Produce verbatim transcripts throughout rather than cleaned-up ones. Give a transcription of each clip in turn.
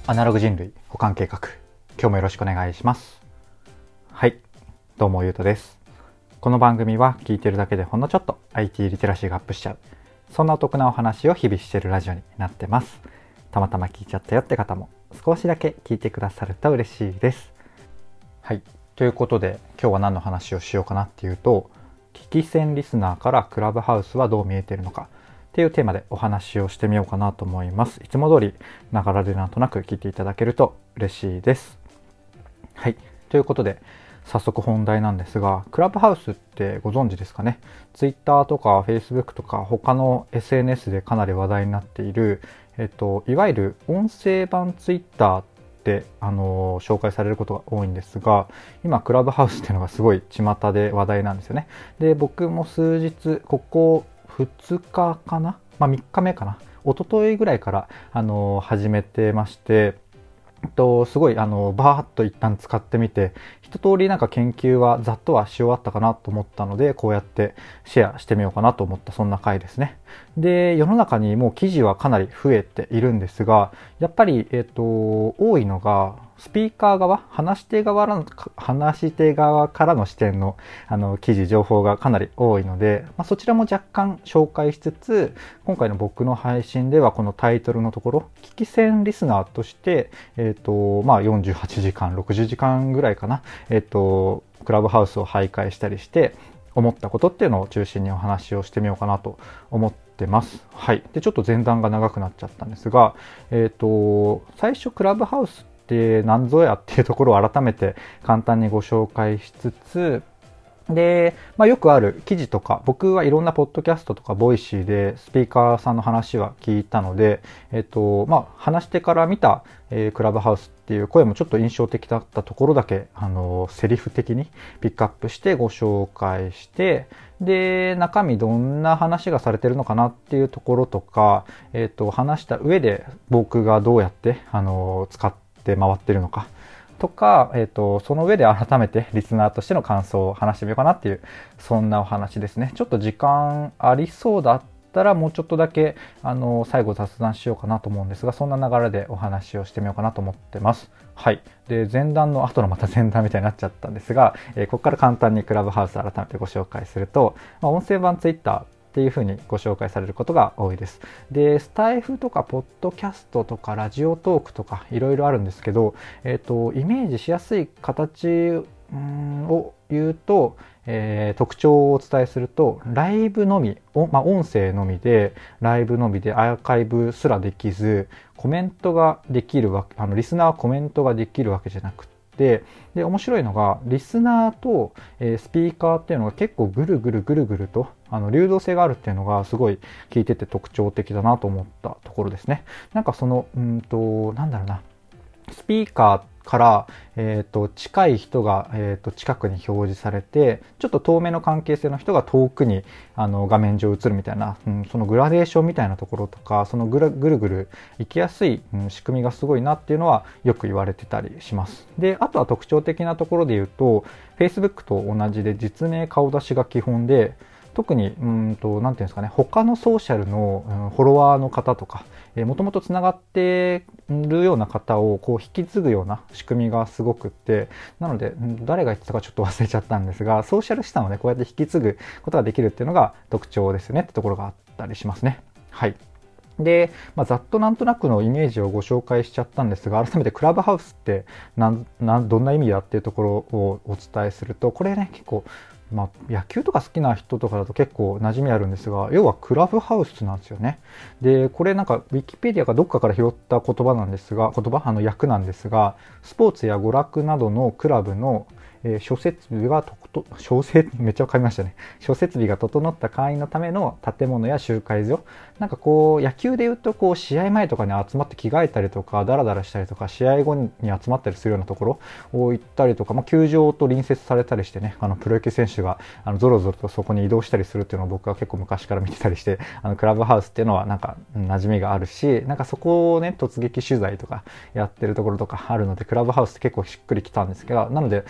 アナログ人類補完計画、今日もよろしくお願いします。はい、どうもゆうとです。この番組は聞いてるだけでほんのちょっと アイティー リテラシーがアップしちゃう、そんなお得なお話を日々しているラジオになってます。たまたま聞いちゃったよって方も少しだけ聞いてくださると嬉しいです。はい、ということで今日は何の話をしようかなっていうと、聞き戦リスナーからクラブハウスはどう見えているのかっていうテーマでお話をしてみようかなと思います。いつも通りながらでなんとなく聞いていただけると嬉しいです。はい、ということで早速本題なんですが、クラブハウスってご存知ですかね。ツイッターとかフェイスブックとか他の エスエヌエス でかなり話題になっている、えっと、いわゆる音声版ツイッターってあの紹介されることが多いんですが、今クラブハウスっていうのがすごい巷で話題なんですよね。で、僕も数日ここふつかかな、まあ、みっかめかな、一昨日ぐらいからあの始めてまして、とすごいあのバーッと一旦使ってみて、一通りなんか研究はざっとはし終わったかなと思ったので、こうやってシェアしてみようかなと思った、そんな回ですね。で、世の中にもう記事はかなり増えているんですが、やっぱり、えっと、多いのがスピーカー側、話し手側の話し手側からの視点のあの記事情報がかなり多いので、まあ、そちらも若干紹介しつつ、今回の僕の配信ではこのタイトルのところ、聞き戦リスナーとして、えっとまあ、よんじゅうはちじかんろくじゅうじかんぐらいかな、えっとクラブハウスを徘徊したりして思ったことっていうのを中心にお話をしてみようかなと思ってます。はい。で、ちょっと前段が長くなっちゃったんですが、えっと最初クラブハウスって何ぞやっていうところを改めて簡単にご紹介しつつ、で、まあ、よくある記事とか、僕はいろんなポッドキャストとかボイシーでスピーカーさんの話は聞いたので、えっと、まあ、話し手から見た、えー、クラブハウスっていう声もちょっと印象的だったところだけ、あの、セリフ的にピックアップしてご紹介して、で、中身どんな話がされてるのかなっていうところとか、えっと、話した上で僕がどうやって、あの、使って回ってるのか、とか、えーと、その上で改めてリスナーとしての感想を話してみようかなっていう、そんなお話ですね。ちょっと時間ありそうだったらもうちょっとだけあの最後雑談しようかなと思うんですが、そんな流れでお話をしてみようかなと思ってます。はい。で、前段の後のまた前段みたいになっちゃったんですが、えー、ここから簡単にクラブハウス改めてご紹介すると、まあ、音声版ツイッターっていう風にご紹介されることが多いです。で、スタイフとかポッドキャストとかラジオトークとかいろいろあるんですけど、えっと、イメージしやすい形を言うと、えー、特徴をお伝えすると、ライブのみ、まあ、音声のみで、ライブのみでアーカイブすらできず、コメントができるわけ、あのリスナーはコメントができるわけじゃなくて、で、で面白いのがリスナーと、えー、スピーカーっていうのが結構ぐるぐるぐるぐるとあの流動性があるっていうのがすごい聞いてて特徴的だなと思ったところですね。なんかそのうんとなんだろうな、スピーカーから、えー、と近い人が、えー、と近くに表示されて、ちょっと遠目の関係性の人が遠くにあの画面上映るみたいな、うん、そのグラデーションみたいなところとか、そのぐるぐるぐる行きやすい、うん、仕組みがすごいなっていうのはよく言われてたりします。で、あとは特徴的なところで言うと、Facebook と同じで実名顔出しが基本で、特にうんとなんていうんですかね、他のソーシャルの、うん、フォロワーの方とか、もともとつながっているような方をこう引き継ぐような仕組みがすごくって、なので誰が言ってたかちょっと忘れちゃったんですが、ソーシャル資産をねこうやって引き継ぐことができるっていうのが特徴ですよねってところがあったりしますね。はい。で、まあ、ざっとなんとなくのイメージをご紹介しちゃったんですが、改めてクラブハウスってなんなんどんな意味だっていうところをお伝えすると、これね結構まあ、野球とか好きな人とかだと結構馴染みあるんですが、要はクラブハウスなんですよね。で、これなんかウィキペディアがどっかから拾った言葉なんですが、言葉あの訳なんですが、スポーツや娯楽などのクラブのえー、諸設備がとと諸設めっちゃわかりましたね。諸設備が整った会員のための建物や集会所、なんかこう野球でいうとこう試合前とかに集まって着替えたりとかダラダラしたりとか、試合後に集まったりするようなところを行ったりとか、まあ、球場と隣接されたりしてね、あのプロ野球選手があのゾロゾロとそこに移動したりするっていうのを僕は結構昔から見てたりして、あのクラブハウスっていうのはなんか馴染みがあるし、なんかそこをね突撃取材とかやってるところとかあるので、クラブハウスって結構しっくりきたんですけど、なのでなんていうん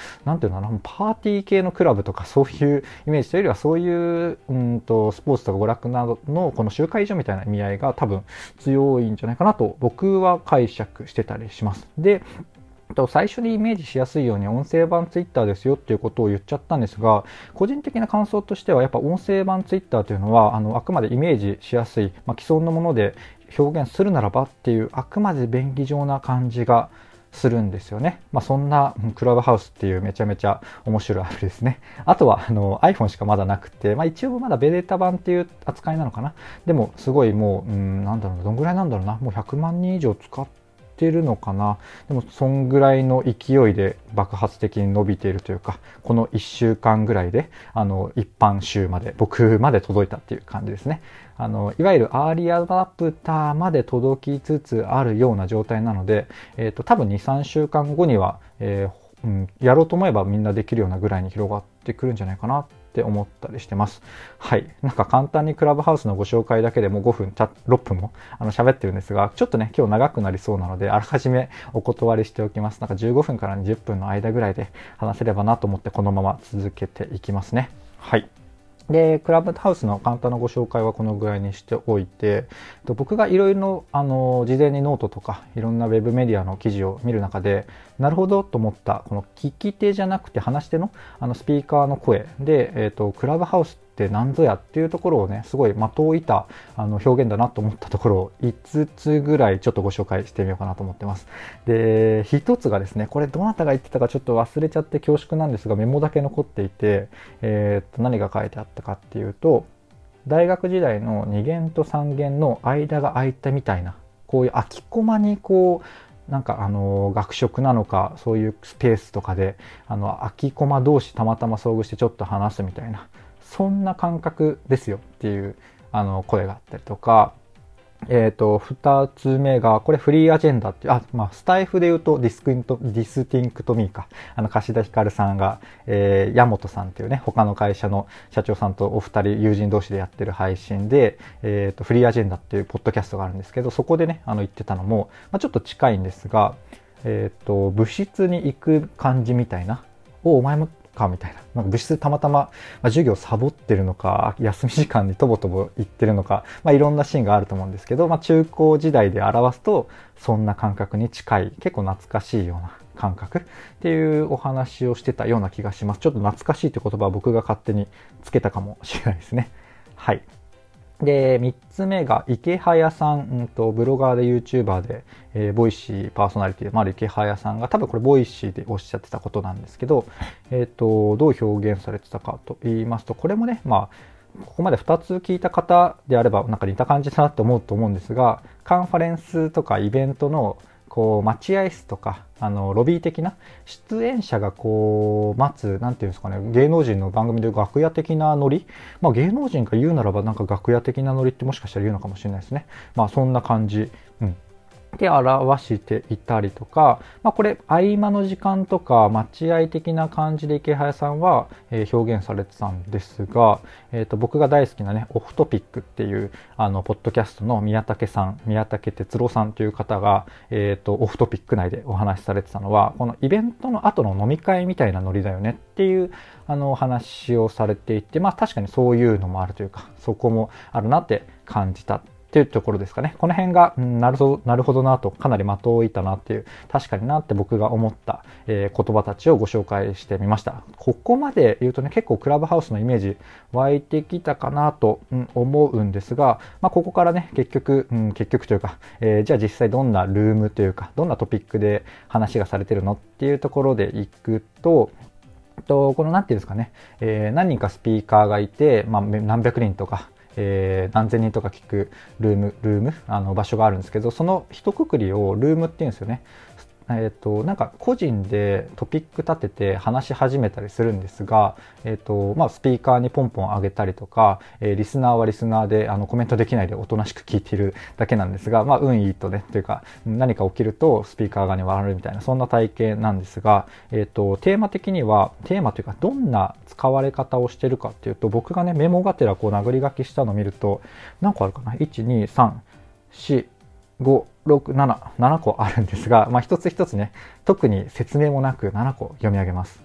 ていうのかな、パーティー系のクラブとかそういうイメージというよりは、そういううんとスポーツとか娯楽などのこの集会所みたいな意味合いが多分強いんじゃないかなと僕は解釈してたりします。で、最初にイメージしやすいように音声版ツイッターですよっていうことを言っちゃったんですが、個人的な感想としてはやっぱ音声版ツイッターというのはあのあくまでイメージしやすい、まあ、既存のもので表現するならばっていうあくまで便宜上な感じがするんですよね。まあ、そんなクラブハウスっていうめちゃめちゃ面白いアプリですね。あとはあの iPhone しかまだなくて、まあ、一応まだベータ版っていう扱いなのかな。でもすごいもう、うん、なんだろうな、どんぐらいなんだろうな、もうひゃくまんにん以上使っててるのかな。でもそんぐらいの勢いで爆発的に伸びているというか、このいっしゅうかんぐらいであの一般集まで僕まで届いたっていう感じですね。あのいわゆるアーリーアダプターまで届きつつあるような状態なので、えーと、多分 にさんしゅうかんごには、えーうん、やろうと思えばみんなできるようなぐらいに広がってくるんじゃないかなって思ったりしてます。はい。なんか簡単にクラブハウスのご紹介だけでもごふん、ろっぷんもあの喋ってるんですが、ちょっとね、今日長くなりそうなので、あらかじめお断りしておきます。なんかじゅうごふんからにじゅっぷんの間ぐらいで話せればなと思ってこのまま続けていきますね。はい。で、クラブハウスの簡単なご紹介はこのぐらいにしておいて、僕がいろいろあの事前にノートとかいろんなウェブメディアの記事を見る中で、なるほどと思ったこの聞き手じゃなくて話し手のあのスピーカーの声で、えーと、クラブハウスって何ぞやっていうところをね、すごい的を射たあの表現だなと思ったところをいつつぐらいちょっとご紹介してみようかなと思ってます。で、ひとつがですね、これどなたが言ってたかちょっと忘れちゃって恐縮なんですが、メモだけ残っていて、えーと、何が書いてあったかっていうと、大学時代のに限とさん限の間が空いたみたいな、こういう空きコマにこうなんかあの学食なのかそういうスペースとかであの空きコマ同士たまたま遭遇してちょっと話すみたいな、そんな感覚ですよっていうあの声があったりとか、えっと、二つ目が、これフリーアジェンダっていう、あ、まあ、スタイフで言うとディスクイント、ディスティンクトミーか。あの、柏田ひかるさんが、えー、矢本さんっていうね、他の会社の社長さんとお二人友人同士でやってる配信で、えっと、フリーアジェンダっていうポッドキャストがあるんですけど、そこでね、あの、言ってたのも、まあ、ちょっと近いんですが、えっと、部室に行く感じみたいな、お、お前も、かみたいな、なんか部室たまたま、まあ、授業サボってるのか休み時間にとぼとぼ行ってるのか、まあ、いろんなシーンがあると思うんですけど、まあ、中高時代で表すとそんな感覚に近い、結構懐かしいような感覚っていうお話をしてたような気がします。ちょっと懐かしいって言葉は僕が勝手につけたかもしれないですね。はい。で、みっつめが池早さん、うんと、ブロガーで YouTuber で、えー、ボイシーパーソナリティでもある池早さんが、多分これボイシーでおっしゃってたことなんですけど、えっと、どう表現されてたかと言いますと、これもね、まあ、ここまでふたつ聞いた方であればなんか似た感じだなと思うと思うんですが、カンファレンスとかイベントのこう待合室とかあのロビー的な出演者がこう待つ、なんていうんですかね、芸能人の番組で楽屋的なノリ、まあ芸能人が言うならばなんか楽屋的なノリってもしかしたら言うのかもしれないですね。まあそんな感じ、うんで表していたりとか、まあ、これ合間の時間とか待合的な感じで池早さんは、えー、表現されてたんですが、えーと、僕が大好きなねオフトピックっていうあのポッドキャストの宮武さん、宮武哲郎さんという方が、えーと、オフトピック内でお話しされてたのは、このイベントの後の飲み会みたいなノリだよねっていうあのお話をされていて、まあ確かにそういうのもあるというか、そこもあるなって感じたっていうところですかね。この辺が、うん、なるほど、なるほどなと、かなり的を射たなっていう、確かになって僕が思った、えー、言葉たちをご紹介してみました。ここまで言うとね、結構クラブハウスのイメージ湧いてきたかなと、うん、思うんですが、まあ、ここからね、結局、うん、結局というか、えー、じゃあ実際どんなルームというか、どんなトピックで話がされてるのっていうところでいくと、とこのなんていうんですかね、えー、何人かスピーカーがいて、まあ、何百人とか、えー、何千人とか聞くルーム、ルーム、あの場所があるんですけど、その一括りをルームって言うんですよね。えっと、なんか個人でトピック立てて話し始めたりするんですが、えっと、まあ、スピーカーにポンポン上げたりとか、えー、リスナーはリスナーであのコメントできないでおとなしく聞いているだけなんですが、まあ、運いいとね、というか、何か起きるとスピーカー側に回るみたいな、そんな体験なんですが、えっと、テーマ的には、テーマというか、どんな使われ方をしているかっていうと、僕がね、メモがてらこう殴り書きしたのを見ると、何個あるかな ?いち、に、さん、よん、ご、ろく、なな、ななこあるんですが、まあ、一つ一つね、特に説明もなくななこ読み上げます。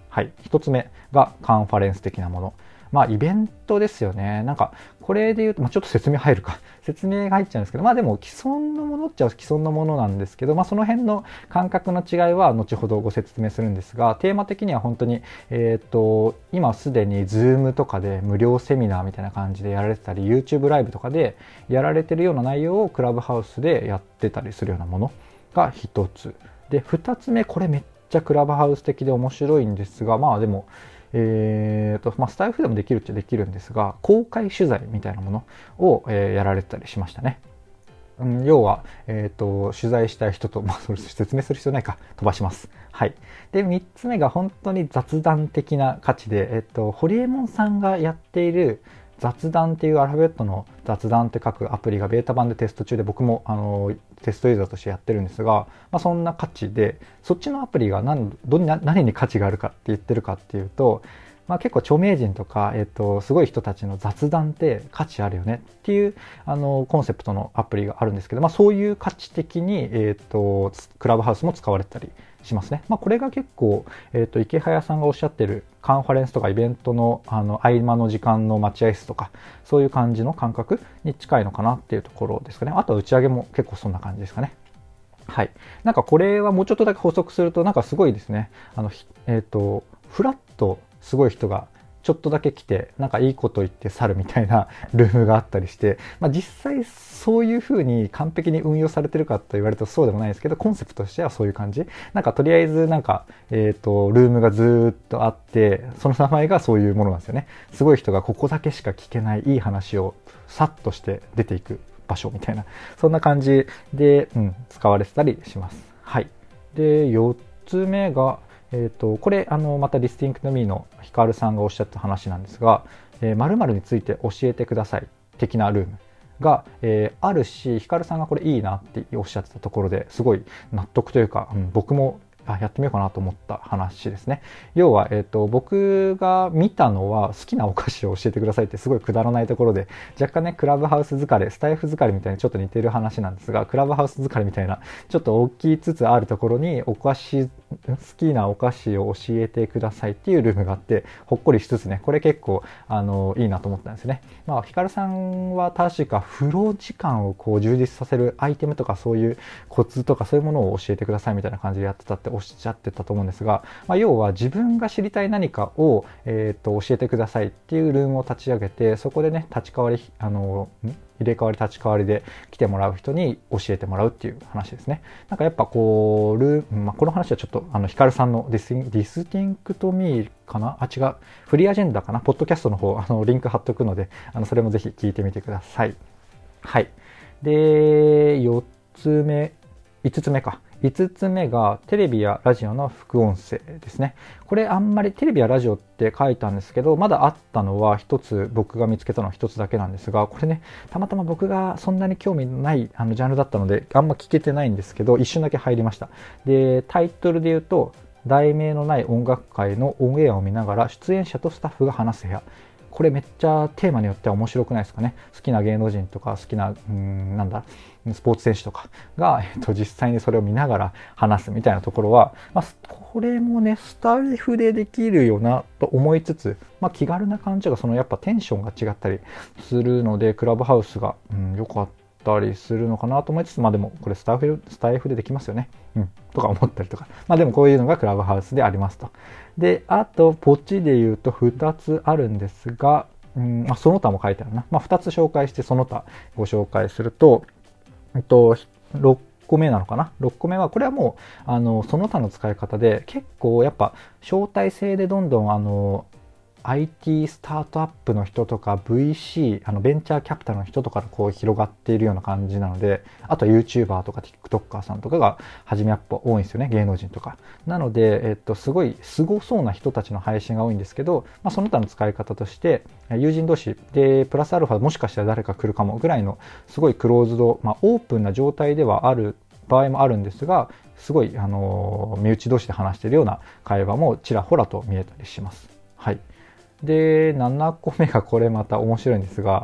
はい。一つ目がカンファレンス的なもの。まあイベントですよね。なんかこれで言うと、まあ、ちょっと説明入るか。説明が入っちゃうんですけど、まあでも既存のものっちゃ既存のものなんですけど、まあその辺の感覚の違いは後ほどご説明するんですが、テーマ的には本当に、えっと、今すでに Zoom とかで無料セミナーみたいな感じでやられてたり、YouTube ライブとかでやられてるような内容をクラブハウスでやってたりするようなものが一つ。で、二つ目、これめっちゃクラブハウス的で面白いんですが、まあでも、えーとまあ、スタイフでもできるっちゃできるんですが、公開取材みたいなものを、えー、やられてたりしましたね。うん、要は、えーと、取材したい人と、まあ、それ説明する必要ないか、飛ばします。はい。で、みっつめが本当に雑談的な価値で、えっと、ホリエモンさんがやっている雑談っていうアルファベットの雑談って書くアプリがベータ版でテスト中で、僕もあのテストユーザーとしてやってるんですが、まあ、そんな価値で、そっちのアプリが何ど何に価値があるかって言ってるかっていうと、まあ、結構著名人とか、えっと、すごい人たちの雑談って価値あるよねっていうあのコンセプトのアプリがあるんですけど、まあ、そういう価値的に、えっと、クラブハウスも使われてたりしますね。まあ、これが結構、えっと、池早さんがおっしゃってるカンファレンスとかイベントの、あの合間の時間の待合室とか、そういう感じの感覚に近いのかなっていうところですかね。あとは打ち上げも結構そんな感じですかね。はい。なんかこれはもうちょっとだけ補足すると、なんかすごいですね。あの、えっと、フラットすごい人がちょっとだけ来て、なんかいいこと言って去るみたいなルームがあったりして、まあ実際そういう風に完璧に運用されてるかと言われるとそうでもないですけど、コンセプトとしてはそういう感じ。なんかとりあえずなんか、えっと、ルームがずーっとあって、その名前がそういうものなんですよね。すごい人がここだけしか聞けないいい話をさっとして出ていく場所みたいな、そんな感じで、うん、使われてたりします。はい。で、よっつめが、えーと、これあのまた Distinct Me のヒカルさんがおっしゃった話なんですが、えー、〇〇について教えてください的なルームが、えー、あるし、ヒカルさんがこれいいなっておっしゃってたところですごい納得というか、うん、僕もあやってみようかなと思った話ですね。要は、えーと、僕が見たのは好きなお菓子を教えてくださいってすごいくだらないところで、若干ねクラブハウス疲れ、スタイフ疲れみたいにちょっと似てる話なんですが、クラブハウス疲れみたいなちょっと大きいつつあるところにお菓子好きなお菓子を教えてくださいっていうルームがあって、ほっこりしつつね、これ結構あのいいなと思ったんですね。まあヒカルさんは確か風呂時間をこう充実させるアイテムとかそういうコツとかそういうものを教えてくださいみたいな感じでやってたっておっしゃってたと思うんですが、まあ、要は自分が知りたい何かを、えー、と教えてくださいっていうルームを立ち上げて、そこでね立ち替わりあの入れ替わり立ち替わりで来てもらう人に教えてもらうっていう話ですね。なんかやっぱこうルー、まあ、この話はちょっとあのヒカルさんのディスディスティンクトミーかなあ違うフリーアジェンダかなポッドキャストの方あのリンク貼っとくので、あのそれもぜひ聞いてみてください。はい。でよっつめいつつめかいつつめがテレビやラジオの副音声ですね。これあんまりテレビやラジオって書いたんですけど、まだあったのは一つ、僕が見つけたのは一つだけなんですが、これねたまたま僕がそんなに興味ないあのジャンルだったのであんま聞けてないんですけど、一瞬だけ入りました。でタイトルで言うと、題名のない音楽会のオンエアを見ながら出演者とスタッフが話す部屋。これめっちゃテーマによっては面白くないですかね。好きな芸能人とか好きなうーんなんだスポーツ選手とかが、えっと、実際にそれを見ながら話すみたいなところは、まあ、これもねスタイフでできるよなと思いつつ、まあ、気軽な感じがそのやっぱテンションが違ったりするので、クラブハウスが良、うん、かったりするのかなと思いつつ、まあでもこれスタイフスタイフでできますよね、うん、とか思ったりとか、まあでもこういうのがクラブハウスでありますと。であとポチで言うとふたつあるんですが、うんまあ、その他も書いてあるな、まあ、ふたつ紹介してその他ご紹介すると、えっと、ろっこめなのかな。ろっこめはこれはもうあのその他の使い方で、結構やっぱ招待制でどんどんあの アイティー スタートアップの人とか ブイシー あのベンチャーキャピタルの人とかがこう広がっているような感じなので、あと YouTuber とか TikToker さんとかが初めやっぱ多いんですよね、芸能人とかなので、えっと、すごいすごそうな人たちの配信が多いんですけど、まあ、その他の使い方として友人同士でプラスアルファもしかしたら誰か来るかもぐらいのすごいクローズド、まあ、オープンな状態ではある場合もあるんですが、すごいあの身内同士で話しているような会話もちらほらと見えたりします。はい。でななこめがこれまた面白いんですが、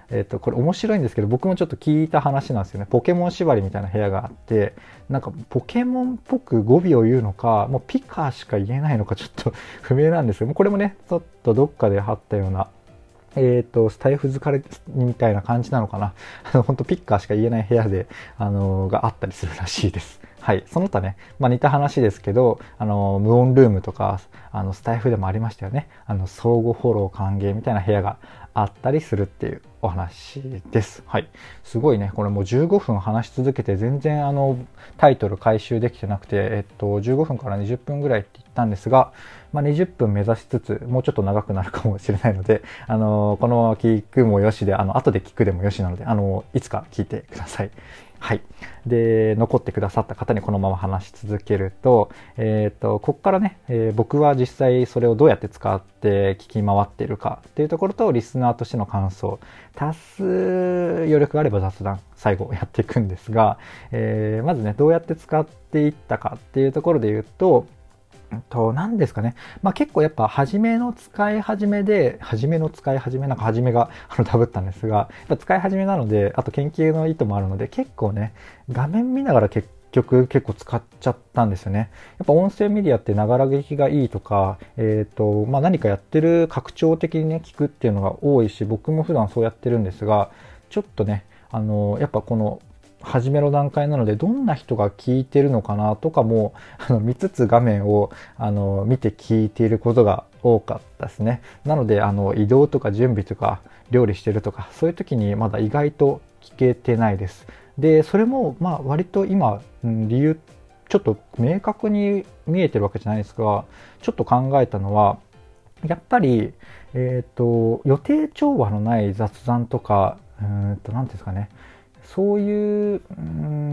えっと、これ面白いんですけど、僕もちょっと聞いた話なんですよね。ポケモン縛りみたいな部屋があって、なんかポケモンっぽく語尾を言うのか、もうピカしか言えないのかちょっと不明なんですけど、これもね、ちょっとどっかで貼ったような、えっと、スタイフ疲れみたいな感じなのかな。ほんとピッカーしか言えない部屋で、あのーがあったりするらしいです。はい。その他ね、まあ似た話ですけど、あのー無音ルームとか、あの、スタイフでもありましたよね。あの、相互フォロー歓迎みたいな部屋があったりするっていうお話です。はい。すごいね、これもうじゅうごふん話し続けて全然あの、タイトル回収できてなくて、えっと、じゅうごふんからにじゅっぷんぐらいって言ったんですが、まあ、にじゅっぷん目指しつつ、もうちょっと長くなるかもしれないので、あの、このまま聞くもよしで、あの、後で聞くでもよしなので、あの、いつか聞いてください。はい。で、残ってくださった方にこのまま話し続けると、えっと、こっからね、えー僕は実際それをどうやって使って聞き回っているかっていうところと、リスナーとしての感想、多数余力があれば雑談、最後やっていくんですが、えーまずね、どうやって使っていったかっていうところで言うと、と、何ですかね。まあ結構やっぱ、初めの使い始めで、初めの使い始め、なんか初めが、あの、ダブったんですが、やっぱ使い始めなので、あと研究の意図もあるので、結構ね、画面見ながら結局結構使っちゃったんですよね。やっぱ音声メディアってながら聞きがいいとか、えっと、まあ何かやってる拡張的にね、聞くっていうのが多いし、僕も普段そうやってるんですが、ちょっとね、あの、やっぱこの、初めの段階なのでどんな人が聞いてるのかなとかもあの見つつ画面をあの見て聞いていることが多かったですね。なのであの移動とか準備とか料理してるとかそういう時にまだ意外と聞けてないです。でそれもまあ割と今、うん、理由ちょっと明確に見えてるわけじゃないですが、ちょっと考えたのはやっぱり、えっと予定調和のない雑談とか、うーんと何ていうんですかね、そういう、うん、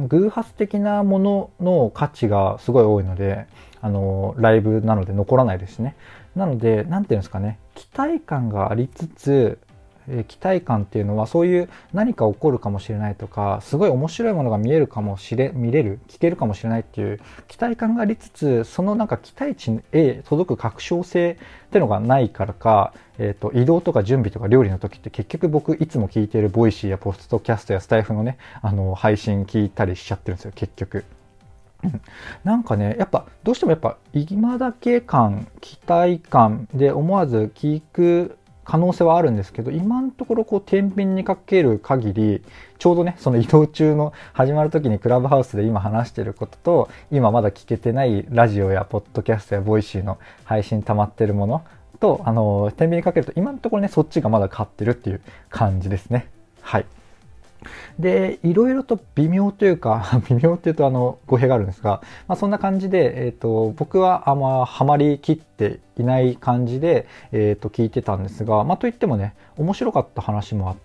偶発的なものの価値がすごい多いので、あの、ライブなので残らないですしね。なので、なんていうんですかね、期待感がありつつ、えー期待感っていうのはそういう何か起こるかもしれないとか、すごい面白いものが見えるかもしれ、見れる、聞けるかもしれないっていう期待感がありつつ、そのなんか期待値へ届く確証性っていうのがないからか、えっと、移動とか準備とか料理の時って結局僕いつも聞いているボイシーやポストキャストやスタイフのね、あの、配信聞いたりしちゃってるんですよ、結局。うんなんかね、やっぱどうしてもやっぱ今だけ感、期待感で思わず聞く可能性はあるんですけど、今のところこう天秤にかける限り、ちょうどね、その移動中の始まる時にクラブハウスで今話してることと、今まだ聞けてないラジオやポッドキャストやボイシーの配信溜まってるものと、あの、天秤にかけると今のところね、そっちがまだ勝ってるっていう感じですね。はい。で、いろいろと微妙というか、微妙っていうとあの、語弊があるんですが、まあそんな感じで、えっと、僕はあんまハマりきっていない感じで、えっと、聞いてたんですが、まあといってもね、面白かった話もあって、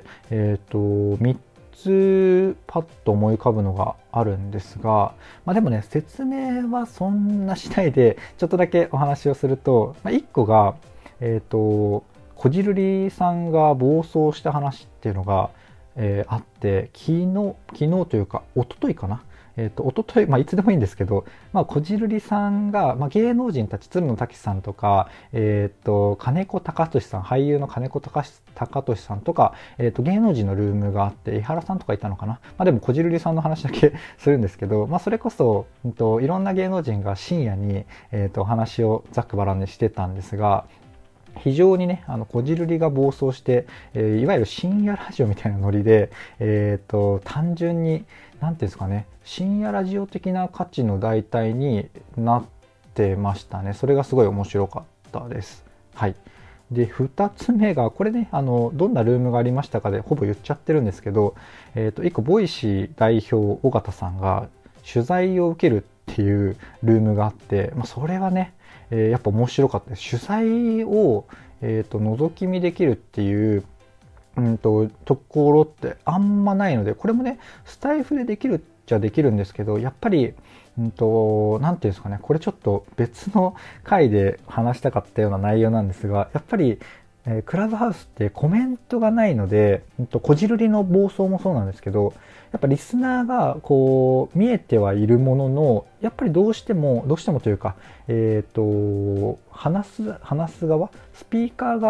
えっと、みっつパッと思い浮かぶのがあるんですが、まあでもね、説明はそんなしないで、ちょっとだけお話をすると、まあいっこが、えっと、こじるりさんが暴走した話っていうのが、えーあって、昨日、昨日というか、一昨日かな。えっ、と、一昨日、まあ、いつでもいいんですけど、まあ、こじるりさんが、まあ、芸能人たち、鶴野滝さんとか、えっ、と、金子貴俊さん、俳優の金子貴俊さんとか、えっ、と、芸能人のルームがあって、江原さんとかいたのかな。まあ、でも、こじるりさんの話だけするんですけど、まあ、それこそ、うんと、いろんな芸能人が深夜に、えっ、と、お話をざっくばらんにしてたんですが、非常にね、あの、こじるりが暴走して、えーいわゆる深夜ラジオみたいなノリで、えっと、単純に、なんていうんですかね、深夜ラジオ的な価値の代替になってましたね。それがすごい面白かったです。はい。で、二つ目が、これね、あの、どんなルームがありましたかで、ほぼ言っちゃってるんですけど、えっと、一個、ボイシー代表、尾形さんが取材を受けるっていうルームがあって、まあ、それはね、えーやっぱ面白かったです。取材を、えーと、覗き見できるっていう、うんと、ところってあんまないので、これもね、スタイフでできるっちゃできるんですけど、やっぱり、うんと、なんていうんですかね、これちょっと別の回で話したかったような内容なんですが、やっぱり、えークラブハウスってコメントがないので、うんと、こじるりの暴走もそうなんですけど、やっぱリスナーがこう見えてはいるものの、やっぱりどうしても、どうしてもというか、えっと、話す、話す側、スピーカーが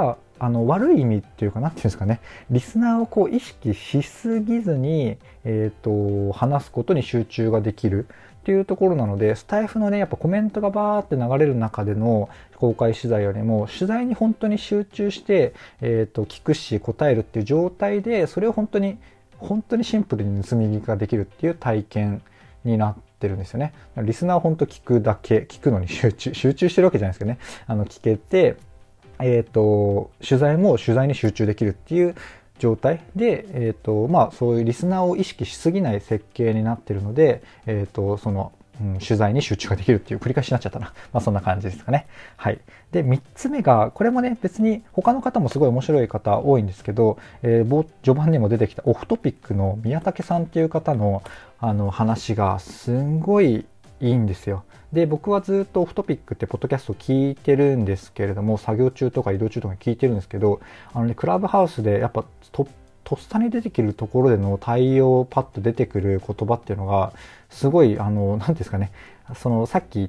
あの悪い意味っていうか、なんていうんですかね、リスナーをこう意識しすぎずに、えっと、話すことに集中ができるっていうところなので、スタイフのね、やっぱコメントがバーって流れる中での公開取材よりも、取材に本当に集中して、えっと、聞くし答えるっていう状態で、それを本当に、本当にシンプルに盗み聞きができるっていう体験になってるんですよね。リスナーは本当聞くだけ、聞くのに集中、集中してるわけじゃないですけどね。あの、聞けて、えっと、取材も取材に集中できるっていう状態で、えっと、まあ、そういうリスナーを意識しすぎない設計になってるので、えっと、その、うん、取材に集中ができるっていう繰り返しになっちゃったな。まあ、そんな感じですかね。はい。で、三つ目が、これもね、別に他の方もすごい面白い方多いんですけど、えー、序盤にも出てきたオフトピックの宮武さんっていう方の、あの、話がすんごいいいんですよ。で、僕はずっとオフトピックってポッドキャストを聞いてるんですけれども、作業中とか移動中とかに聞いてるんですけど、あのね、クラブハウスでやっぱと、とっさに出てくるところでの対応パッと出てくる言葉っていうのが、すごい、あの、なんですかね、そのさっき言った、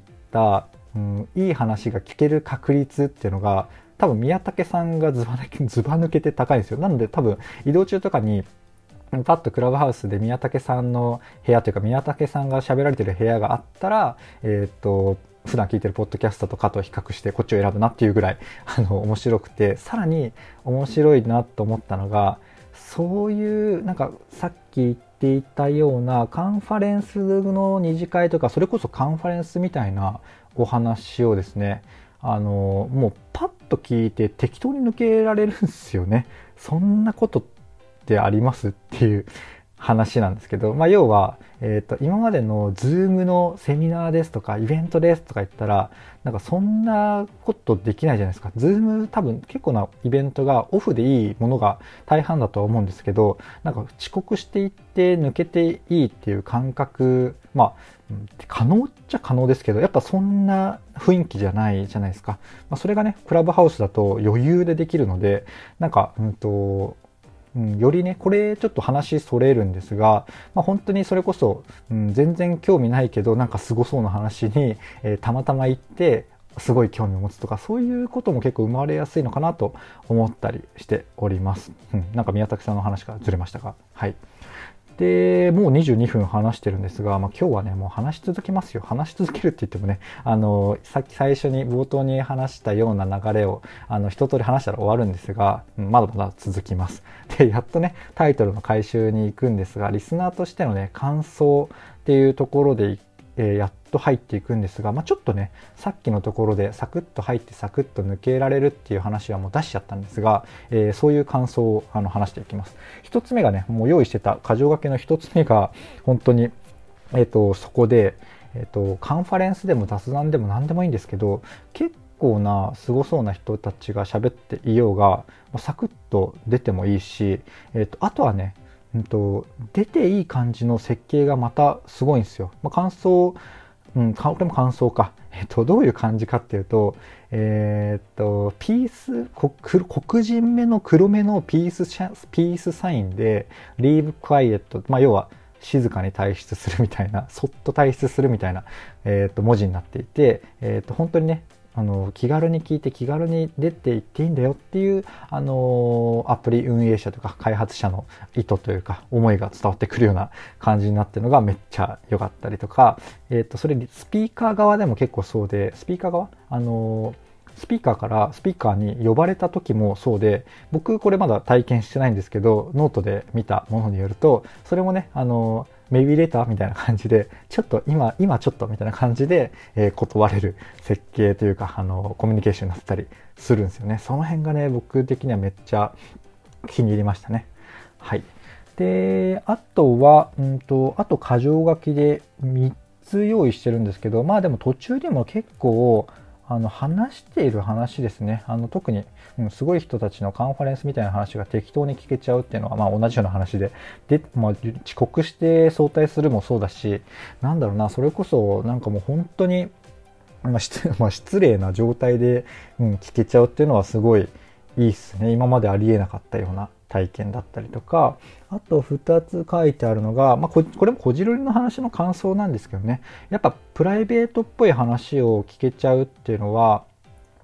うん、いい話が聞ける確率っていうのが、多分宮武さんがズバ抜け、ズバ抜けて高いんですよ。なので多分移動中とかに、パッとクラブハウスで宮武さんの部屋というか宮武さんが喋られてる部屋があったら、えっと、普段聞いてるポッドキャストとかと比較してこっちを選ぶなっていうぐらい、あの、面白くて、さらに面白いなと思ったのが、そういう、なんかさっき言っていたようなカンファレンスの二次会とか、それこそカンファレンスみたいなお話をですね、あの、もうパッと聞いて適当に抜けられるんですよね。そんなことってありますっていう話なんですけど、まあ、要は、えっと、今までの Zoom のセミナーですとか、イベントですとか言ったら、なんかそんなことできないじゃないですか。Zoom 多分結構なイベントがオフでいいものが大半だとは思うんですけど、なんか遅刻していって抜けていいっていう感覚、まあ、可能っちゃ可能ですけど、やっぱそんな雰囲気じゃないじゃないですか。まあ、それがね、クラブハウスだと余裕でできるので、なんか、うんと、うん、よりね、これちょっと話それるんですが、まあ、本当にそれこそ、うん、全然興味ないけどなんかすごそうな話に、えー、たまたま行ってすごい興味を持つとか、そういうことも結構生まれやすいのかなと思ったりしております。うん、なんか宮武さんの話からずれましたが、はい。で、もうにじゅうにふん話してるんですが、まあ、今日はね、もう話し続けますよ。話し続けるって言ってもね、あの、さっき最初に冒頭に話したような流れを、あの、一通り話したら終わるんですが、うん、まだまだ続きます。で、やっとね、タイトルの回収に行くんですが、リスナーとしてのね、感想っていうところで、えー、やっと入っていくんですが、まあ、ちょっとね、さっきのところでサクッと入ってサクッと抜けられるっていう話はもう出しちゃったんですが、えー、そういう感想をあの話していきます。一つ目がね、もう用意してた箇条書きの一つ目が、本当に、えっと、そこで、えっと、カンファレンスでも雑談でも何でもいいんですけど、結構なすごそうな人たちが喋っていようが、サクッと出てもいいし、えっと、あとはね、うんと、出ていい感じの設計がまたすごいんですよ。まあ、感想、うん、これも感想か。えっと、どういう感じかっていうと、えー、っと、ピース、黒人目の黒目のピース、ピースサインで、leave quiet、まあ、要は、静かに退出するみたいな、そっと退出するみたいな、えー、っと、文字になっていて、えー、っと、本当にね、あの気軽に聞いて気軽に出ていっていいんだよっていう、あのアプリ運営者とか開発者の意図というか思いが伝わってくるような感じになってるのがめっちゃ良かったりとか、えっとそれスピーカー側でも結構そうで、スピーカー側あのスピーカーからスピーカーに呼ばれた時もそうで、僕これまだ体験してないんですけど、ノートで見たものによると、それもね、あのメビレターみたいな感じで、ちょっと今、今ちょっとみたいな感じで、えー、断れる設計というか、あの、コミュニケーションになったりするんですよね。その辺がね、僕的にはめっちゃ気に入りましたね。はい。で、あとは、うんと、あと箇条書きでみっつ用意してるんですけど、まあでも途中でも結構、あの話している話ですね。あの特に、うん、すごい人たちのカンファレンスみたいな話が適当に聞けちゃうっていうのは、まあ、同じような話で、で、まあ、遅刻して早退するもそうだし、なんだろうな、それこそなんかもう本当に、まあ失まあ、失礼な状態で、うん、聞けちゃうっていうのはすごいいいっすね。今までありえなかったような体験だったりとか、あとふたつ書いてあるのが、まあ、こ, これもこじるりの話の感想なんですけどね、やっぱプライベートっぽい話を聞けちゃうっていうのは、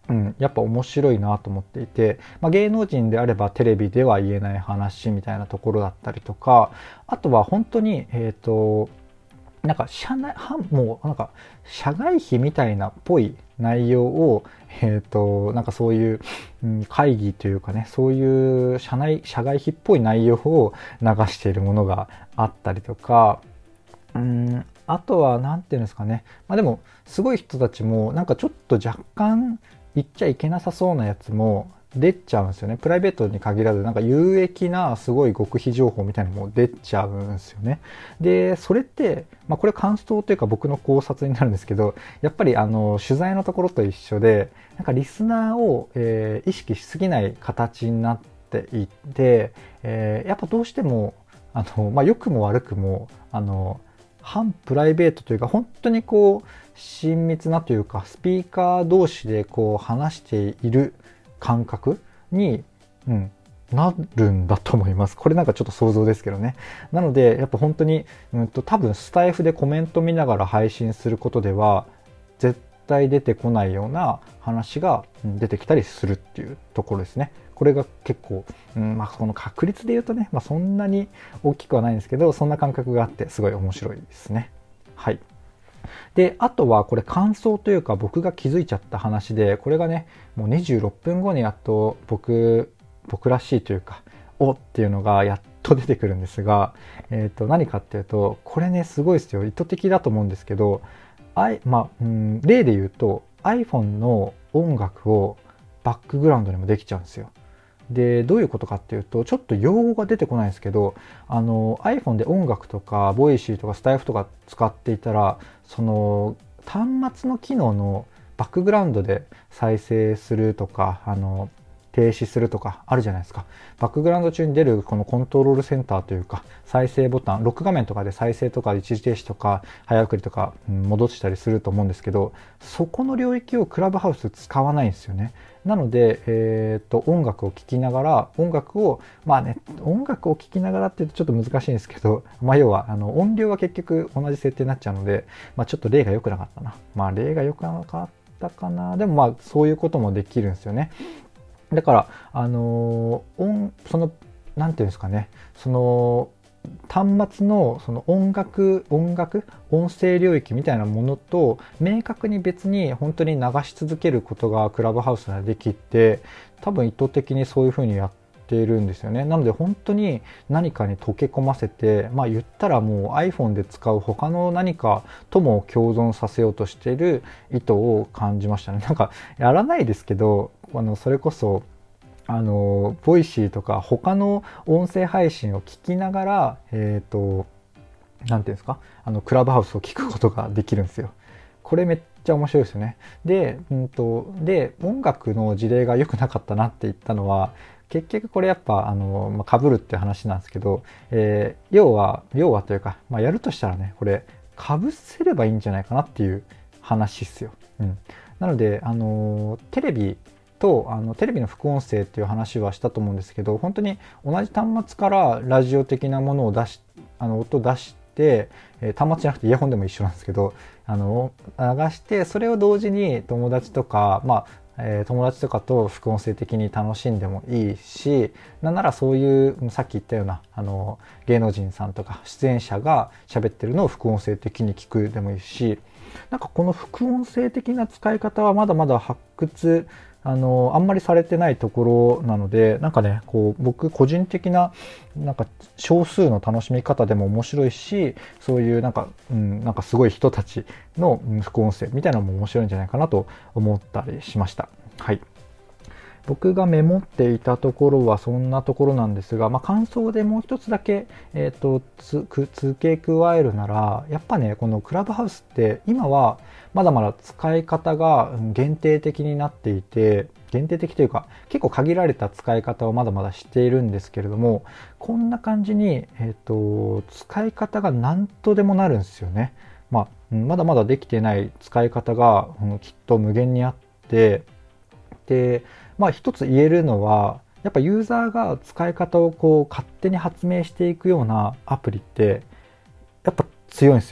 うん、やっぱ面白いなと思っていて、まあ、芸能人であればテレビでは言えない話みたいなところだったりとか、あとは本当に、えっと、なんか社内、もうなんか社外費みたいなっぽい内容を、えっと、なんかそういう、うん、会議というかね、そういう社内、社外費っぽい内容を流しているものがあったりとか、うん、あとは何て言うんですかね。まあでも、すごい人たちも、なんかちょっと若干言っちゃいけなさそうなやつも出ちゃうんですよね。プライベートに限らず、なんか有益なすごい極秘情報みたいなのも出ちゃうんですよね。で、それって、まあこれ感想というか僕の考察になるんですけど、やっぱりあの、取材のところと一緒で、なんかリスナーを、えー意識しすぎない形になっていて、えーやっぱどうしても、あの、まあ良くも悪くも、あの、半プライベートというか本当にこう親密なというかスピーカー同士でこう話している感覚に、うん、なるんだと思います。これなんかちょっと想像ですけどね。なのでやっぱ本当に、うんと、多分スタイフでコメント見ながら配信することでは絶対出てこないような話が出てきたりするっていうところですね。これが結構、うん、まあこの確率で言うとね、まあそんなに大きくはないんですけど、そんな感覚があってすごい面白いですね。はい。で、あとはこれ感想というか僕が気づいちゃった話で、これがね、もうにじゅうろっぷんごにやっと僕、僕らしいというか、おっていうのがやっと出てくるんですが、えっと、何かっていうと、これね、すごいですよ。意図的だと思うんですけど、I、まあ、うん、例で言うと iPhone の音楽をバックグラウンドにもできちゃうんですよ。で、どういうことかっていうと、ちょっと用語が出てこないんですけど、あの、iPhone で音楽とか、ボイシーとかスタイフとか使っていたら、その、端末の機能のバックグラウンドで再生するとか、あの、停止するとかあるじゃないですか。バックグラウンド中に出るこのコントロールセンターというか、再生ボタン、ロック画面とかで再生とか一時停止とか、早送りとか、うん、戻したりすると思うんですけど、そこの領域をクラブハウス使わないんですよね。なので、えー、と音楽を聴きながら音楽をまあね音楽を聴きながらって言うとちょっと難しいんですけど、まあ、要はあの音量は結局同じ設定になっちゃうので、まあ、ちょっと例が良くなかったなまあ例が良くなかったかなでもまあそういうこともできるんですよね。だからあのー、音そのなんていうんですかね、その端末のその音楽音楽音声領域みたいなものと明確に別に本当に流し続けることがクラブハウスでできて、多分意図的にそういう風にやっているんですよね。なので本当に何かに溶け込ませて、まあ言ったらもう iPhone で使う他の何かとも共存させようとしている意図を感じましたね。なんかやらないですけど、あのそれこそあのボイシーとか他の音声配信を聞きながら、えっと、なんていうんですか、あのクラブハウスを聞くことができるんですよ。これめっちゃ面白いですよね。で、うんと、で、音楽の事例が良くなかったなって言ったのは、結局これやっぱ、あの、まあ、被るって話なんですけど、えー要は、要はというか、まあ、やるとしたらね、これ、被せればいいんじゃないかなっていう話っすよ。うん。なので、あの、テレビ、とあのテレビの副音声っていう話はしたと思うんですけど、本当に同じ端末からラジオ的なものを出しあの音を出して、えー端末じゃなくてイヤホンでも一緒なんですけど、あの流してそれを同時に友達とか、まあえー友達とかと副音声的に楽しんでもいいし、なんならそういうさっき言ったようなあの芸能人さんとか出演者が喋ってるのを副音声的に聞くでもいいし、なんかこの副音声的な使い方はまだまだ発掘あのあんまりされてないところなので、なんかねこう僕個人的ななんか少数の楽しみ方でも面白いし、そういうなんか、うん、なんかすごい人たちの副音声みたいなのも面白いんじゃないかなと思ったりしました。はい。僕がメモっていたところはそんなところなんですが、まあ、感想でもう一つだけ、えーと、つく付け加えるなら、やっぱねこのクラブハウスって今はまだまだ使い方が限定的になっていて、限定的というか結構限られた使い方をまだまだしているんですけれども、こんな感じに、えーと、使い方が何とでもなるんですよね。まあ、まだまだできてない使い方が、うん、きっと無限にあって、でまあ一つ言えるのは、やっぱユーザーが使い方をこう勝手に発明していくようなアプリってやっぱ強いんですよ。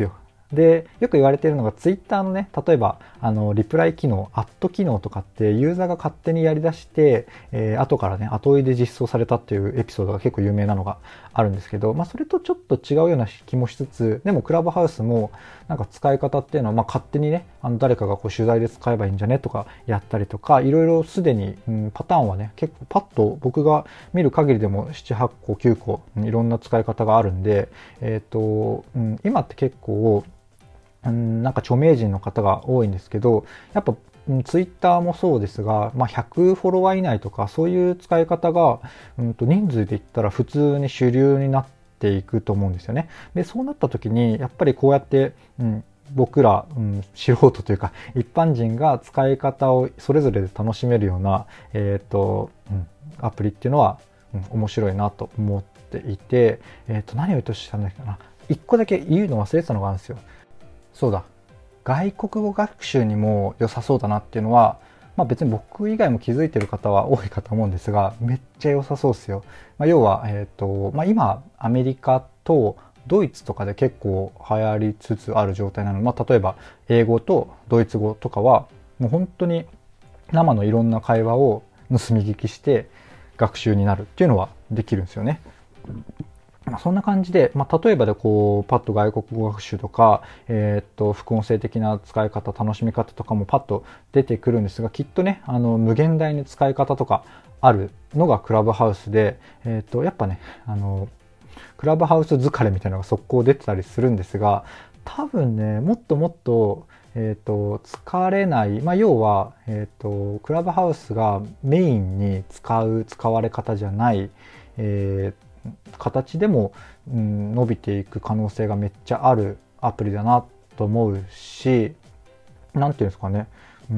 で、よく言われているのがツイッターのね、例えば、あの、リプライ機能、アット機能とかってユーザーが勝手にやり出して、えー、後からね、後追いで実装されたっていうエピソードが結構有名なのがあるんですけど、まあ、それとちょっと違うような気もしつつ、でもクラブハウスも、なんか使い方っていうのは、まあ、勝手にね、あの、誰かがこう取材で使えばいいんじゃねとかやったりとか、いろいろすでに、うん、パターンはね、結構パッと僕が見る限りでもなな、はちこ、きゅうこ、いろんな使い方があるんで、えっと、うん、今って結構、うん、なんか著名人の方が多いんですけど、やっぱツイッターもそうですが、まあ、ひゃくフォロワー以内とかそういう使い方が、うん、と人数で言ったら普通に主流になっていくと思うんですよね。で、そうなった時にやっぱりこうやって、うん、僕ら、うん、素人というか一般人が使い方をそれぞれで楽しめるような、えーとうん、アプリっていうのは、うん、面白いなと思っていて、えー、と何を言うとしたんだっけな、一個だけ言うの忘れてたのがあるんですよ。そうだ、外国語学習にも良さそうだなっていうのは、まあ、別に僕以外も気づいてる方は多いかと思うんですが、めっちゃ良さそうですよ。まあ、要は、えーとまあ、今アメリカとドイツとかで結構流行りつつある状態なので、まあ、例えば英語とドイツ語とかはもう本当に生のいろんな会話を盗み聞きして学習になるっていうのはできるんですよね。まあ、そんな感じで、まあ、例えばでこうパッと外国語学習とか、えー、っと副音声的な使い方、楽しみ方とかもパッと出てくるんですが、きっとね、あの無限大に使い方とかあるのがクラブハウスで、えー、っとやっぱね、あのクラブハウス疲れみたいなのが速攻出てたりするんですが、多分ね、もっともっと、えー、と疲れない、まあ、要は、えー、とクラブハウスがメインに使う使われ方じゃない、えー形でも、うん、伸びていく可能性がめっちゃあるアプリだなと思うし、なんていうんですかね、うん、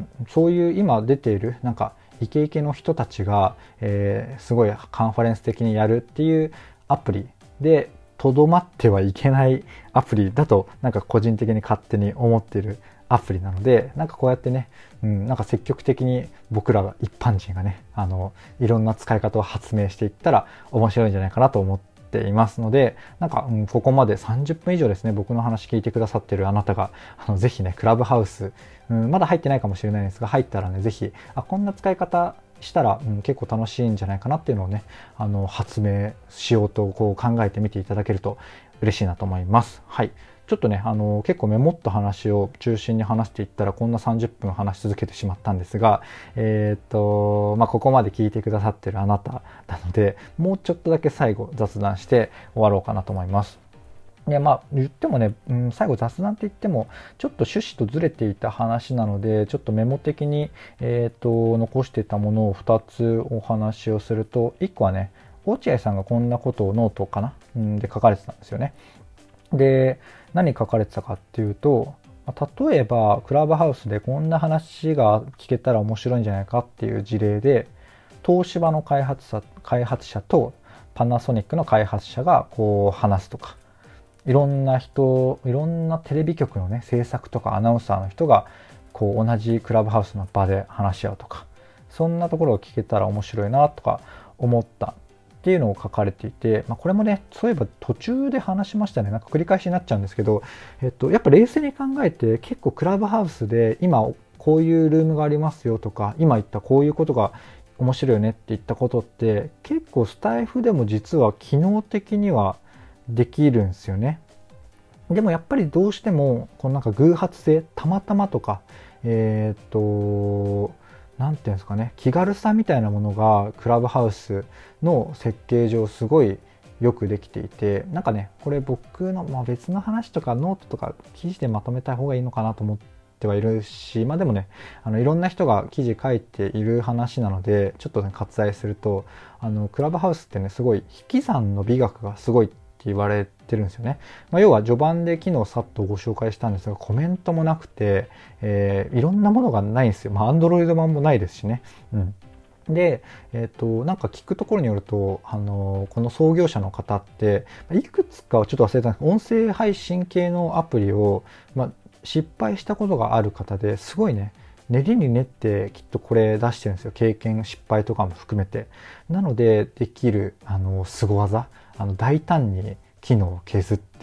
そういう今出ているなんかイケイケの人たちが、えー、すごいカンファレンス的にやるっていうアプリでとどまってはいけないアプリだとなんか個人的に勝手に思っているアプリなので、なんかこうやってね、うん、なんか積極的に僕らが一般人がね、あのいろんな使い方を発明していったら面白いんじゃないかなと思っていますので、なんか、うん、ここまでさんじゅっぷん以上ですね、僕の話聞いてくださってるあなたが、あのぜひね、クラブハウス、うん、まだ入ってないかもしれないんですが、入ったらね、ぜひ、あ、こんな使い方したら、うん、結構楽しいんじゃないかなっていうのをね、あの発明しようとこう考えてみていただけると嬉しいなと思います。はい。ちょっとね、あの結構メモった話を中心に話していったらこんなさんじゅっぷん話し続けてしまったんですが、えっと、まあ、ここまで聞いてくださってるあなたなので、もうちょっとだけ最後雑談して終わろうかなと思います。いや、まあ言ってもね、うん、最後雑談って言ってもちょっと趣旨とずれていた話なので、ちょっとメモ的に、えー、と残していたものをふたつお話をすると、いっこはね、落合さんがこんなことをノートかな、うん、で書かれてたんですよね。で、何書かれてたかっていうと、例えばクラブハウスでこんな話が聞けたら面白いんじゃないかっていう事例で、東芝の開発者、開発者とパナソニックの開発者がこう話すとか、いろんな人、いろんなテレビ局のね、制作とかアナウンサーの人がこう同じクラブハウスの場で話し合うとか、そんなところを聞けたら面白いなとか思ったっていうのを書かれていて、まあ、これもね、そういえば途中で話しましたね。なんか繰り返しになっちゃうんですけど、えっと、やっぱ冷静に考えて結構クラブハウスで今こういうルームがありますよとか、今言ったこういうことが面白いよねって言ったことって結構スタイフでも実は機能的にはできるんですよね。でもやっぱりどうしてもこのなんか偶発性、たまたまとか、えー、っとなんていうんですかね、気軽さみたいなものがクラブハウスの設計上すごいよくできていて、なんかね、これ僕の、まあ、別の話とかノートとか記事でまとめた方がいいのかなと思ってはいるし、まあでもね、あのいろんな人が記事書いている話なので、ちょっとね割愛すると、あのクラブハウスってね、すごい引き算の美学がすごいって言われてるんですよね。まあ、要は序盤で機能さっとご紹介したんですが、コメントもなくて、えー、いろんなものがないんですよ。まあ Android 版もないですしね。うん。で、えっと、なんか聞くところによると、あの、この創業者の方って、いくつかはちょっと忘れたんですけど、音声配信系のアプリを、まあ、失敗したことがある方ですごいね、練りに練ってきっとこれ出してるんですよ。経験、失敗とかも含めて。なので、できる、あの、凄技、あの、大胆に機能を削って、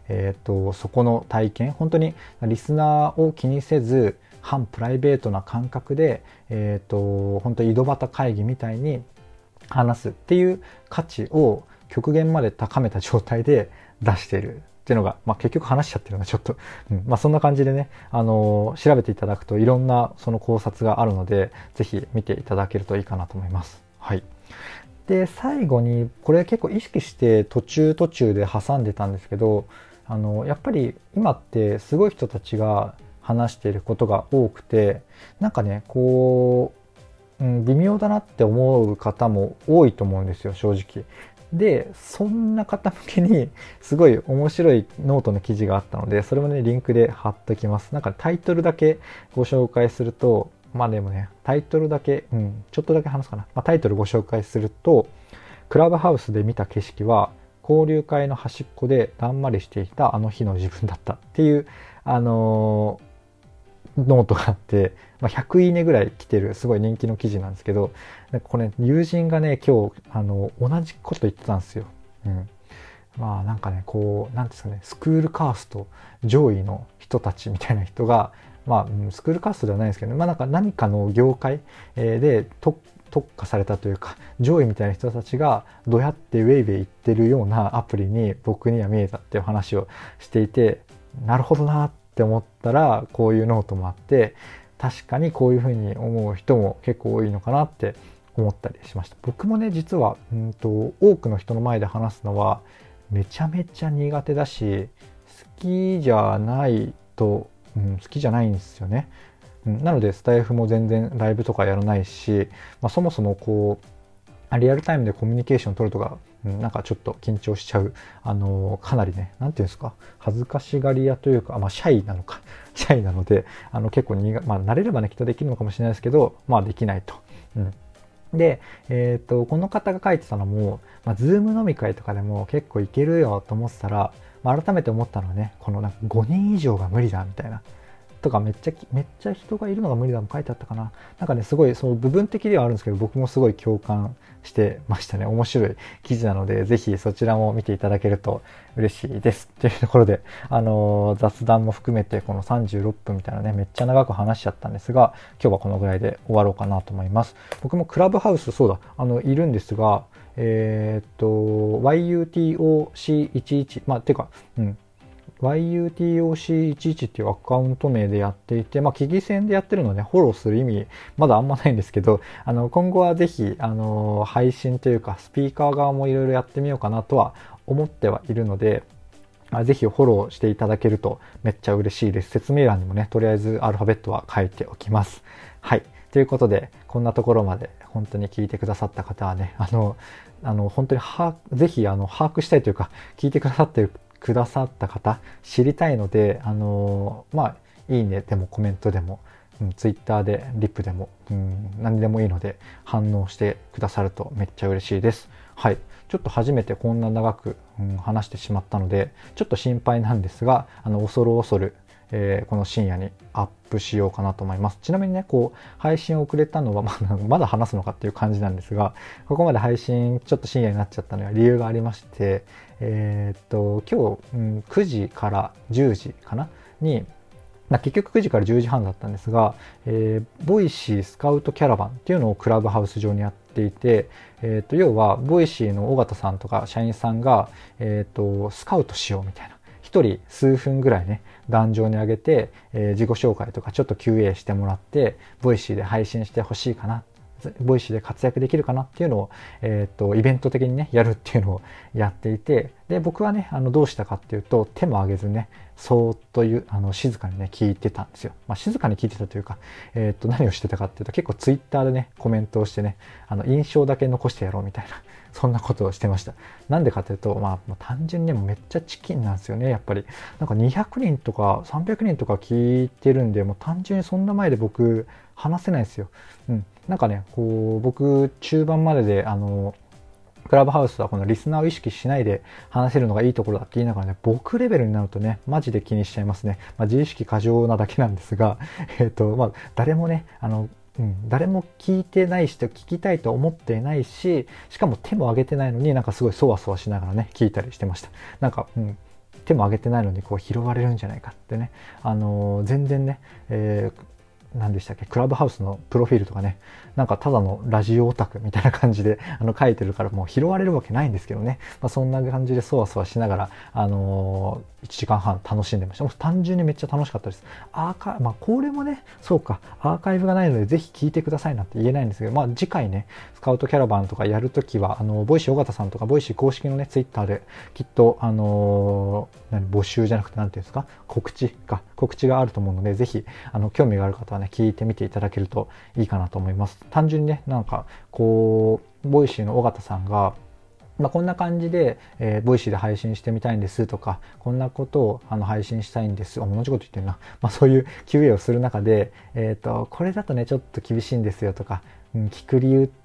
えー、とそこの体験、本当にリスナーを気にせず半プライベートな感覚で、えー、と本当に井戸端会議みたいに話すっていう価値を極限まで高めた状態で出しているっていうのが、まあ、結局話しちゃってるのがちょっと、うんまあ、そんな感じでね、あのー、調べていただくといろんなその考察があるので、ぜひ見ていただけるといいかなと思います。はい。で、最後にこれ結構意識して途中途中で挟んでたんですけど、あのやっぱり今ってすごい人たちが話していることが多くて、なんかねこう、うん、微妙だなって思う方も多いと思うんですよ、正直。でそんな方向けにすごい面白いノートの記事があったので、それもねリンクで貼っときます。なんかタイトルだけご紹介すると、まあでもねタイトルだけ、うん、ちょっとだけ話すかな、まあ、タイトルご紹介すると、クラブハウスで見た景色は交流会の端っこでだんまりしていたあの日の自分だったっていう、あのー、ノートがあって、まあ、ひゃくいいねぐらい来てるすごい人気の記事なんですけど、これ友人がね今日あの同じこと言ってたんですよ。うん、まあなんかねこうなんですかね、スクールカースト上位の人たちみたいな人が、まあスクールカーストではないですけど、まあなんか何かの業界で特特化されたというか上位みたいな人たちがどうやってウェイウェイ言ってるようなアプリに僕には見えたっていう話をしていて、なるほどなって思ったらこういうノートもあって、確かにこういうふうに思う人も結構多いのかなって思ったりしました。僕もね実はうんと多くの人の前で話すのはめちゃめちゃ苦手だし、好きじゃないと、うん、好きじゃないんですよね。なのでスタイフも全然ライブとかやらないし、まあ、そもそもこうリアルタイムでコミュニケーション取るとか、うん、なんかちょっと緊張しちゃう、あのー、かなりね、なんていうんですか、恥ずかしがり屋というか、まあ、シャイなのかシャイなので、あの結構にが、まあ、慣れればねきっとできるのかもしれないですけど、まあできないと。うんで、えー、とこの方が書いてたのも、まあ、ズーム飲み会とかでも結構いけるよと思ってたら、まあ、改めて思ったのはね、このなんかごにん以上が無理だみたいなとか、めっちゃめっちゃ人がいるのが無理だも書いてあったかな。なんかねすごいその部分的ではあるんですけど、僕もすごい共感してましたね。面白い記事なので、ぜひそちらも見ていただけると嬉しいですというところで、あのー、雑談も含めてこのさんじゅうろっぷんみたいなねめっちゃ長く話しちゃったんですが、今日はこのぐらいで終わろうかなと思います。僕もクラブハウスそうだあのいるんですが、えー、っと ワイユーティーオーシーいちいち まあてかうんワイユーティーオーシーいちいち っていうアカウント名でやっていて、まあ、危機戦でやってるので、フォローする意味、まだあんまないんですけど、あの、今後はぜひ、あの、配信というか、スピーカー側もいろいろやってみようかなとは思ってはいるので、ぜひフォローしていただけるとめっちゃ嬉しいです。説明欄にもね、とりあえずアルファベットは書いておきます。はい。ということで、こんなところまで本当に聞いてくださった方はね、あの、あの、本当に把握、ぜひ、あの、把握したいというか、聞いてくださってるくださった方知りたいので、あのー、まあいいねでもコメントでも、うん、ツイッターでリップでも、うん、何でもいいので反応してくださるとめっちゃ嬉しいです。はい、ちょっと初めてこんな長く、うん、話してしまったのでちょっと心配なんですが、あの恐る恐る、えー、この深夜にアップしようかなと思います。ちなみにねこう配信遅れたのはまだまだ話すのかっていう感じなんですが、ここまで配信ちょっと深夜になっちゃったのは理由がありまして、えー、っと今日、うん、くじからじゅうじかなに、まあ、結局くじからじゅうじはんだったんですが、えー、ボイシースカウトキャラバンっていうのをクラブハウス上にやっていて、えー、っと要はボイシーの尾形さんとか社員さんが、えー、っとスカウトしようみたいな、一人数分ぐらいね壇上に上げて、えー、自己紹介とかちょっと キューエー してもらってボイシーで配信してほしいかな、ボイシーで活躍できるかなっていうのを、えー、とイベント的にねやるっていうのをやっていて、で僕はねあのどうしたかっていうと、手も挙げずねそーっというあの静かにね聞いてたんですよ。まあ、静かに聞いてたというか、えー、と何をしてたかっていうと、結構ツイッターでねコメントをしてね、あの印象だけ残してやろうみたいなそんなことをしてました。なんでかというと、まあ、単純にねめっちゃチキンなんですよね。やっぱりなんかにひゃくにんとかさんびゃくにんとか聞いてるんで、もう単純にそんな前で僕話せないですよ。うん、なんかねこう僕中盤までであのクラブハウスはこのリスナーを意識しないで話せるのがいいところだって言いながらね、僕レベルになるとねマジで気にしちゃいますね。まあ、自意識過剰なだけなんですが、えっとまあ誰もねあのうん、誰も聞いてないし、聞きたいと思っていないし、しかも手も挙げてないのになんかすごいそわそわしながらね聞いたりしてました。なんか、うん、 手も挙げてないのにこう拾われるんじゃないかってね、あのー、全然ね、えー何でしたっけ、クラブハウスのプロフィールとかね、なんかただのラジオオタクみたいな感じであの書いてるから、もう拾われるわけないんですけどね、まあ、そんな感じでそわそわしながら、あのー、いちじかんはん楽しんでました。もう単純にめっちゃ楽しかったです。アーカイまあこれもね、そうか、アーカイブがないのでぜひ聞いてくださいなんて言えないんですけど、まあ次回ね、スカウトキャラバンとかやるときは、あのボイシー尾形さんとかボイシー公式のねツイッターできっとあのー、何募集じゃなくてなんていうんですか、告知か告知があると思うので、ぜひあの興味がある方はね聞いてみていただけるといいかなと思います。単純にね、なんかこうボイシーの尾形さんがまあ、こんな感じで、えー、ボイシーで配信してみたいんですとか、こんなことをあの配信したいんです。同じこと言ってるな。まあ、そういう キューエー をする中で、えっと、これだとね、ちょっと厳しいんですよとか、うん、聞く理由って、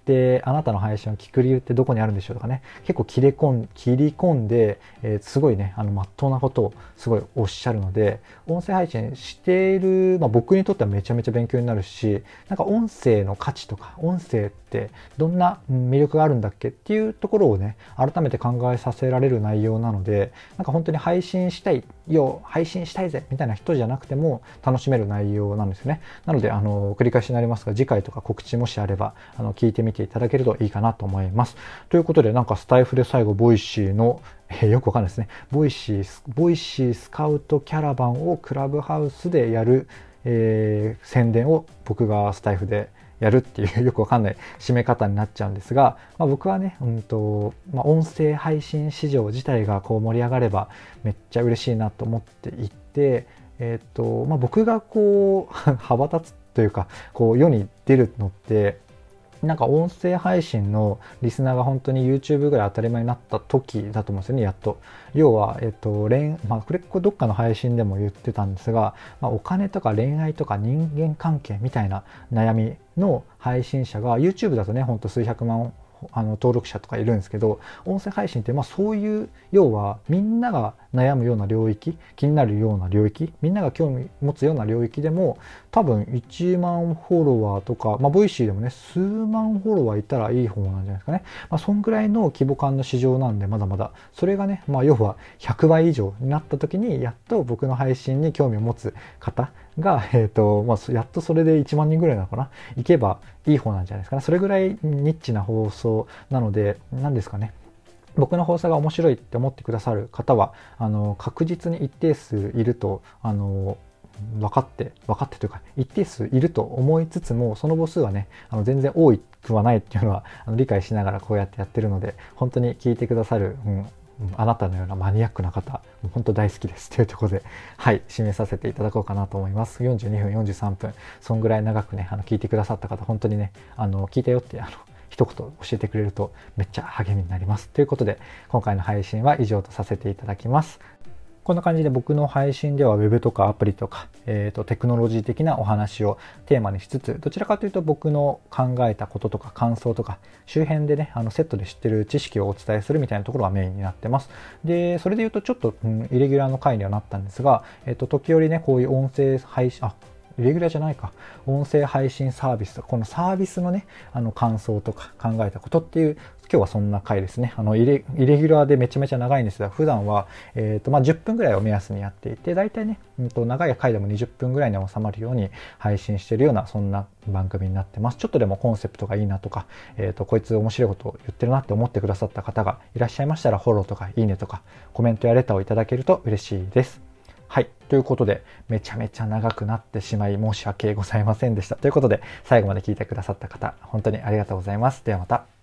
あなたの配信を聞く理由ってどこにあるんでしょうとかね、結構切れ込ん、切り込んで、えー、すごいね、あの、まっとうなことをすごいおっしゃるので、音声配信している、まあ、僕にとってはめちゃめちゃ勉強になるし、なんか音声の価値とか、音声ってどんな魅力があるんだっけっていうところをね、改めて考えさせられる内容なので、なんか本当に配信したいよ、配信したいぜみたいな人じゃなくても楽しめる内容なんですよね。なので、あの、繰り返しになりますが、次回とか告知もしあれば、あの、聞いてみていただけるといいかなと思います。ということで、なんかスタイフで最後、ボイシーの、えー、よくわかんないですね。ボイシー、ボイシースカウトキャラバンをクラブハウスでやる、えー、宣伝を僕がスタイフでやるっていうよくわかんない締め方になっちゃうんですが、まあ、僕はね、うんとまあ、音声配信市場自体がこう盛り上がればめっちゃ嬉しいなと思っていて、えーとまあ、僕がこう羽ばたつというかこう世に出るのってなんか音声配信のリスナーが本当に YouTube ぐらい当たり前になった時だと思うんですよね、やっと。要は、えっと、恋、まあ、これどっかの配信でも言ってたんですが、まあ、お金とか恋愛とか人間関係みたいな悩みの配信者が YouTube だとね、ほんと数百万あの登録者とかいるんですけど、音声配信ってまあそういう要はみんなが悩むような領域、気になるような領域、みんなが興味持つような領域でも多分いちまんフォロワーとか、まあ、ボイシーでもね数万フォロワーいたらいい方なんじゃないですかね。まあ、そんぐらいの規模感の市場なんで、まだまだそれがね、まあ、要はひゃくばい以上になった時にやっと僕の配信に興味を持つ方が、えーとまあ、やっとそれでいちまんにんぐらいなのかな、いけばいい方なんじゃないですかね。それぐらいニッチな放送なので、何ですかね、僕の放送が面白いって思ってくださる方はあの確実に一定数いるとあの分かって分かってというか一定数いると思いつつも、その母数はねあの全然多くはないっていうのはあの理解しながらこうやってやってるので、本当に聞いてくださる、うんあなたのようなマニアックな方、本当大好きですというところで、はい、締めさせていただこうかなと思います。よんじゅうにふん、よんじゅうさんぷん、そんぐらい長くね、あの聞いてくださった方、本当にね、あの聞いたよってあの一言教えてくれるとめっちゃ励みになります。ということで、今回の配信は以上とさせていただきます。こんな感じで僕の配信では Web とかアプリとか、えーと、テクノロジー的なお話をテーマにしつつ、どちらかというと僕の考えたこととか感想とか周辺でね、あのセットで知ってる知識をお伝えするみたいなところがメインになってます。で、それで言うとちょっと、うん、イレギュラーの回にはなったんですが、えーと、時折ね、こういう音声配信、あ、イレギュラーじゃないか、音声配信サービスとか、このサービスのね、あの感想とか考えたことっていう、今日はそんな回ですね。あのイレ、イレギュラーでめちゃめちゃ長いんですが、普段は、えっと、まあ、じゅっぷんぐらいを目安にやっていて、だいたいね、うんと、長い回でもにじゅっぷんぐらいに収まるように配信しているような、そんな番組になってます。ちょっとでもコンセプトがいいなとか、えっと、こいつ面白いことを言ってるなって思ってくださった方がいらっしゃいましたら、フォローとかいいねとか、コメントやレターをいただけると嬉しいです。はい。ということで、めちゃめちゃ長くなってしまい申し訳ございませんでした。ということで、最後まで聞いてくださった方、本当にありがとうございます。ではまた。